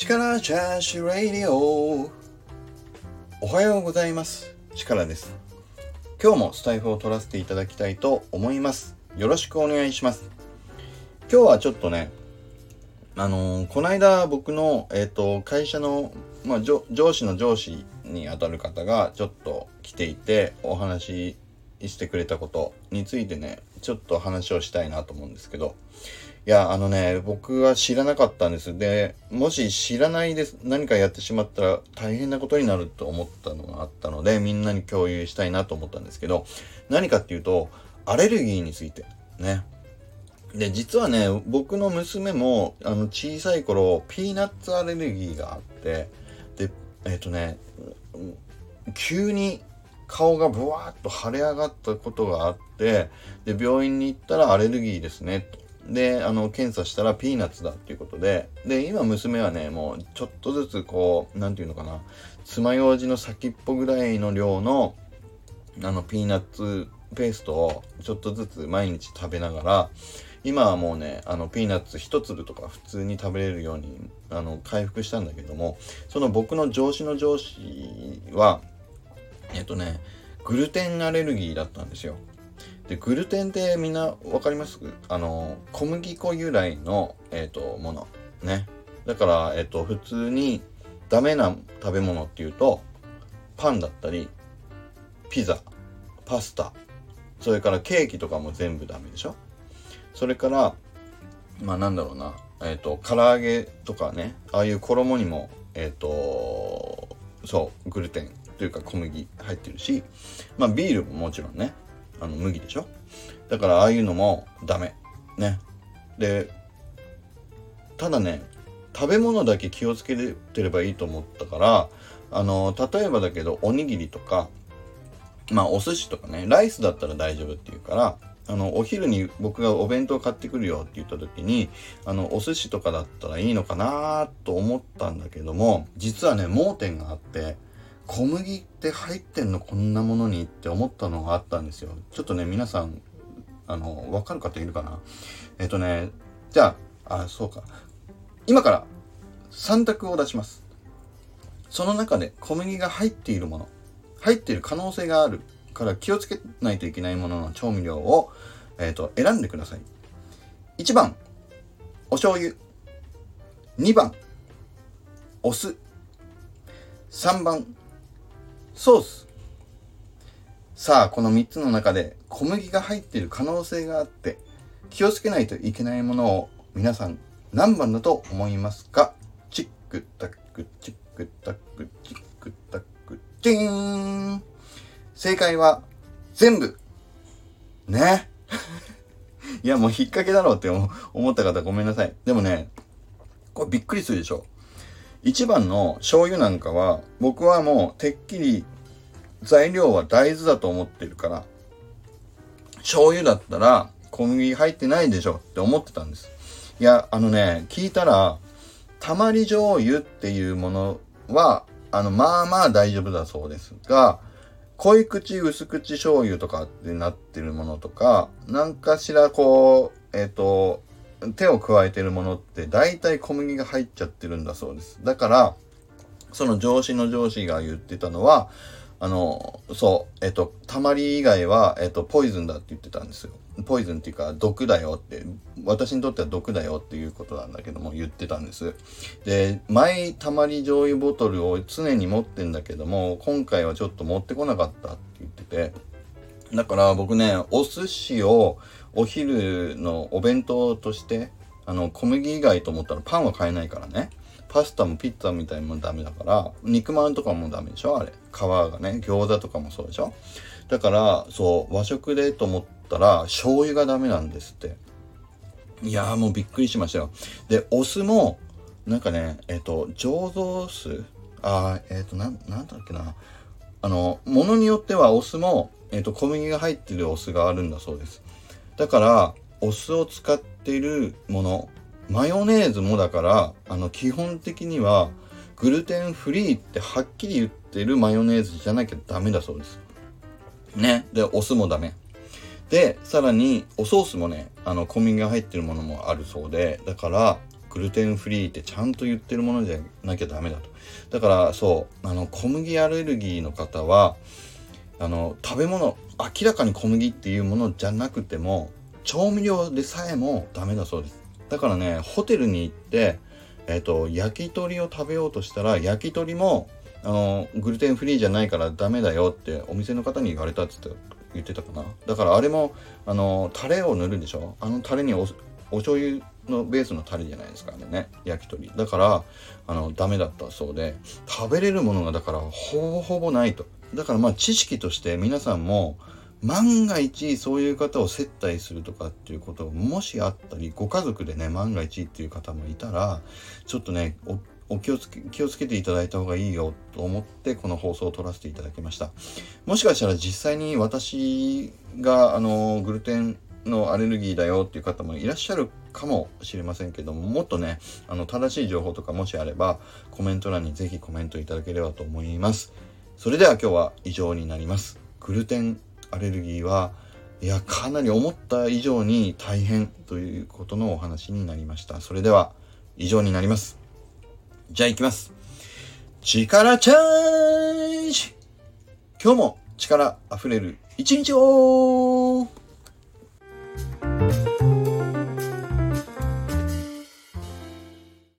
力チャーシュラディオ。おはようございます。力です。今日もスタイフを取らせていただきたいと思います。よろしくお願いします。今日はちょっとね、この間僕の、会社の、上司の上司にあたる方がちょっと来ていてお話ししてくれたことについてね、ちょっと話をしたいなと思うんですけど、いや、僕は知らなかったんです。で、もし知らないです、何かやってしまったら大変なことになると思ったのがあったので、みんなに共有したいなと思ったんですけど、何かっていうと、アレルギーについてね。で、実はね、僕の娘も小さい頃ピーナッツアレルギーがあって、で、急に顔がブワーッと腫れ上がったことがあって、で、病院に行ったらアレルギーですねと。で、検査したらピーナッツだっていうことで、で、今娘はね、もうちょっとずつこう、なんていうのかな、爪楊枝の先っぽぐらいの量のピーナッツペーストをちょっとずつ毎日食べながら、今はもうね、ピーナッツ一粒とか普通に食べれるように回復したんだけども、その僕の上司の上司はグルテンアレルギーだったんですよ。で、グルテンってみんなわかります？小麦粉由来のものね。だから普通にダメな食べ物っていうとパンだったりピザ、パスタ、それからケーキとかも全部ダメでしょ。それからなんだろうな、唐揚げとかね、ああいう衣にもそうグルテンというか小麦入ってるし、ビールももちろんね、麦でしょ。だからああいうのもダメね。で、ただね、食べ物だけ気をつけてればいいと思ったから、例えばだけどおにぎりとかお寿司とかね、ライスだったら大丈夫っていうから、お昼に僕がお弁当買ってくるよって言った時に、お寿司とかだったらいいのかなと思ったんだけども、実はね、盲点があって、小麦って入ってんのこんなものにって思ったのがあったんですよ。ちょっとね、皆さん、わかる方いるかな？じゃあ、そうか。今から3択を出します。その中で小麦が入っているもの、入っている可能性があるから気をつけないといけないものの調味料を、選んでください。1番、お醤油。2番、お酢。3番、ソース。さあ、この3つの中で小麦が入っている可能性があって気をつけないといけないものを皆さん何番だと思いますか？チックタックチックタックチックタックチーン。正解は全部ね。いや、もう引っ掛けだろうって思った方ごめんなさい。でもね、これびっくりするでしょ。1番の醤油なんかは僕はもうてっきり材料は大豆だと思ってるから、醤油だったら小麦入ってないでしょって思ってたんです。いや、聞いたらたまり醤油っていうものは大丈夫だそうですが、濃い口薄口醤油とかってなってるものとか、なんかしらこう手を加えてるものって大体小麦が入っちゃってるんだそうです。だからその上司の上司が言ってたのは、たまり以外はポイズンだって言ってたんですよ。ポイズンっていうか毒だよって、私にとっては毒だよっていうことなんだけども言ってたんです。で、マイたまり醤油ボトルを常に持ってんだけども、今回はちょっと持ってこなかったって言ってて、だから僕ね、お寿司をお昼のお弁当として小麦以外と思ったらパンは買えないからね、パスタもピッツァみたいにもダメだから、肉まんとかもダメでしょ、あれ皮がね。餃子とかもそうでしょ。だから和食でと思ったら醤油がダメなんですって。いやー、もうびっくりしましたよ。で、お酢もなんかね、醸造酢、なんだっけな、ものによってはお酢も小麦が入ってるお酢があるんだそうです。だからお酢を使っているもの、マヨネーズもだから基本的にはグルテンフリーってはっきり言ってるマヨネーズじゃなきゃダメだそうですね。で、お酢もダメで、さらにおソースもね、小麦が入ってるものもあるそうで、だからググルテンフリーってちゃんと言ってるものじゃなきゃダメだと。だから小麦アレルギーの方は食べ物、明らかに小麦っていうものじゃなくても調味料でさえもダメだそうです。だからね、ホテルに行って焼き鳥を食べようとしたら、焼き鳥もグルテンフリーじゃないからダメだよってお店の方に言われたって言ってたかな。だからあれもタレを塗るでしょ。タレにお醤油のベースのタレじゃないですかね、焼き鳥だからダメだったそうで、食べれるものがだからほぼほぼないと。だから知識として皆さんも万が一そういう方を接待するとかっていうことがもしあったり、ご家族でね万が一っていう方もいたら、ちょっとね気をつけていただいた方がいいよと思ってこの放送を撮らせていただきました。もしかしたら実際に私がグルテンのアレルギーだよっていう方もいらっしゃるかもしれませんけども、もっとね正しい情報とかもしあればコメント欄にぜひコメントいただければと思います。それでは今日は以上になります。グルテンアレルギーはいやかなり思った以上に大変ということのお話になりました。それでは以上になります。じゃあ行きます。力チャージ。今日も力あふれる一日を。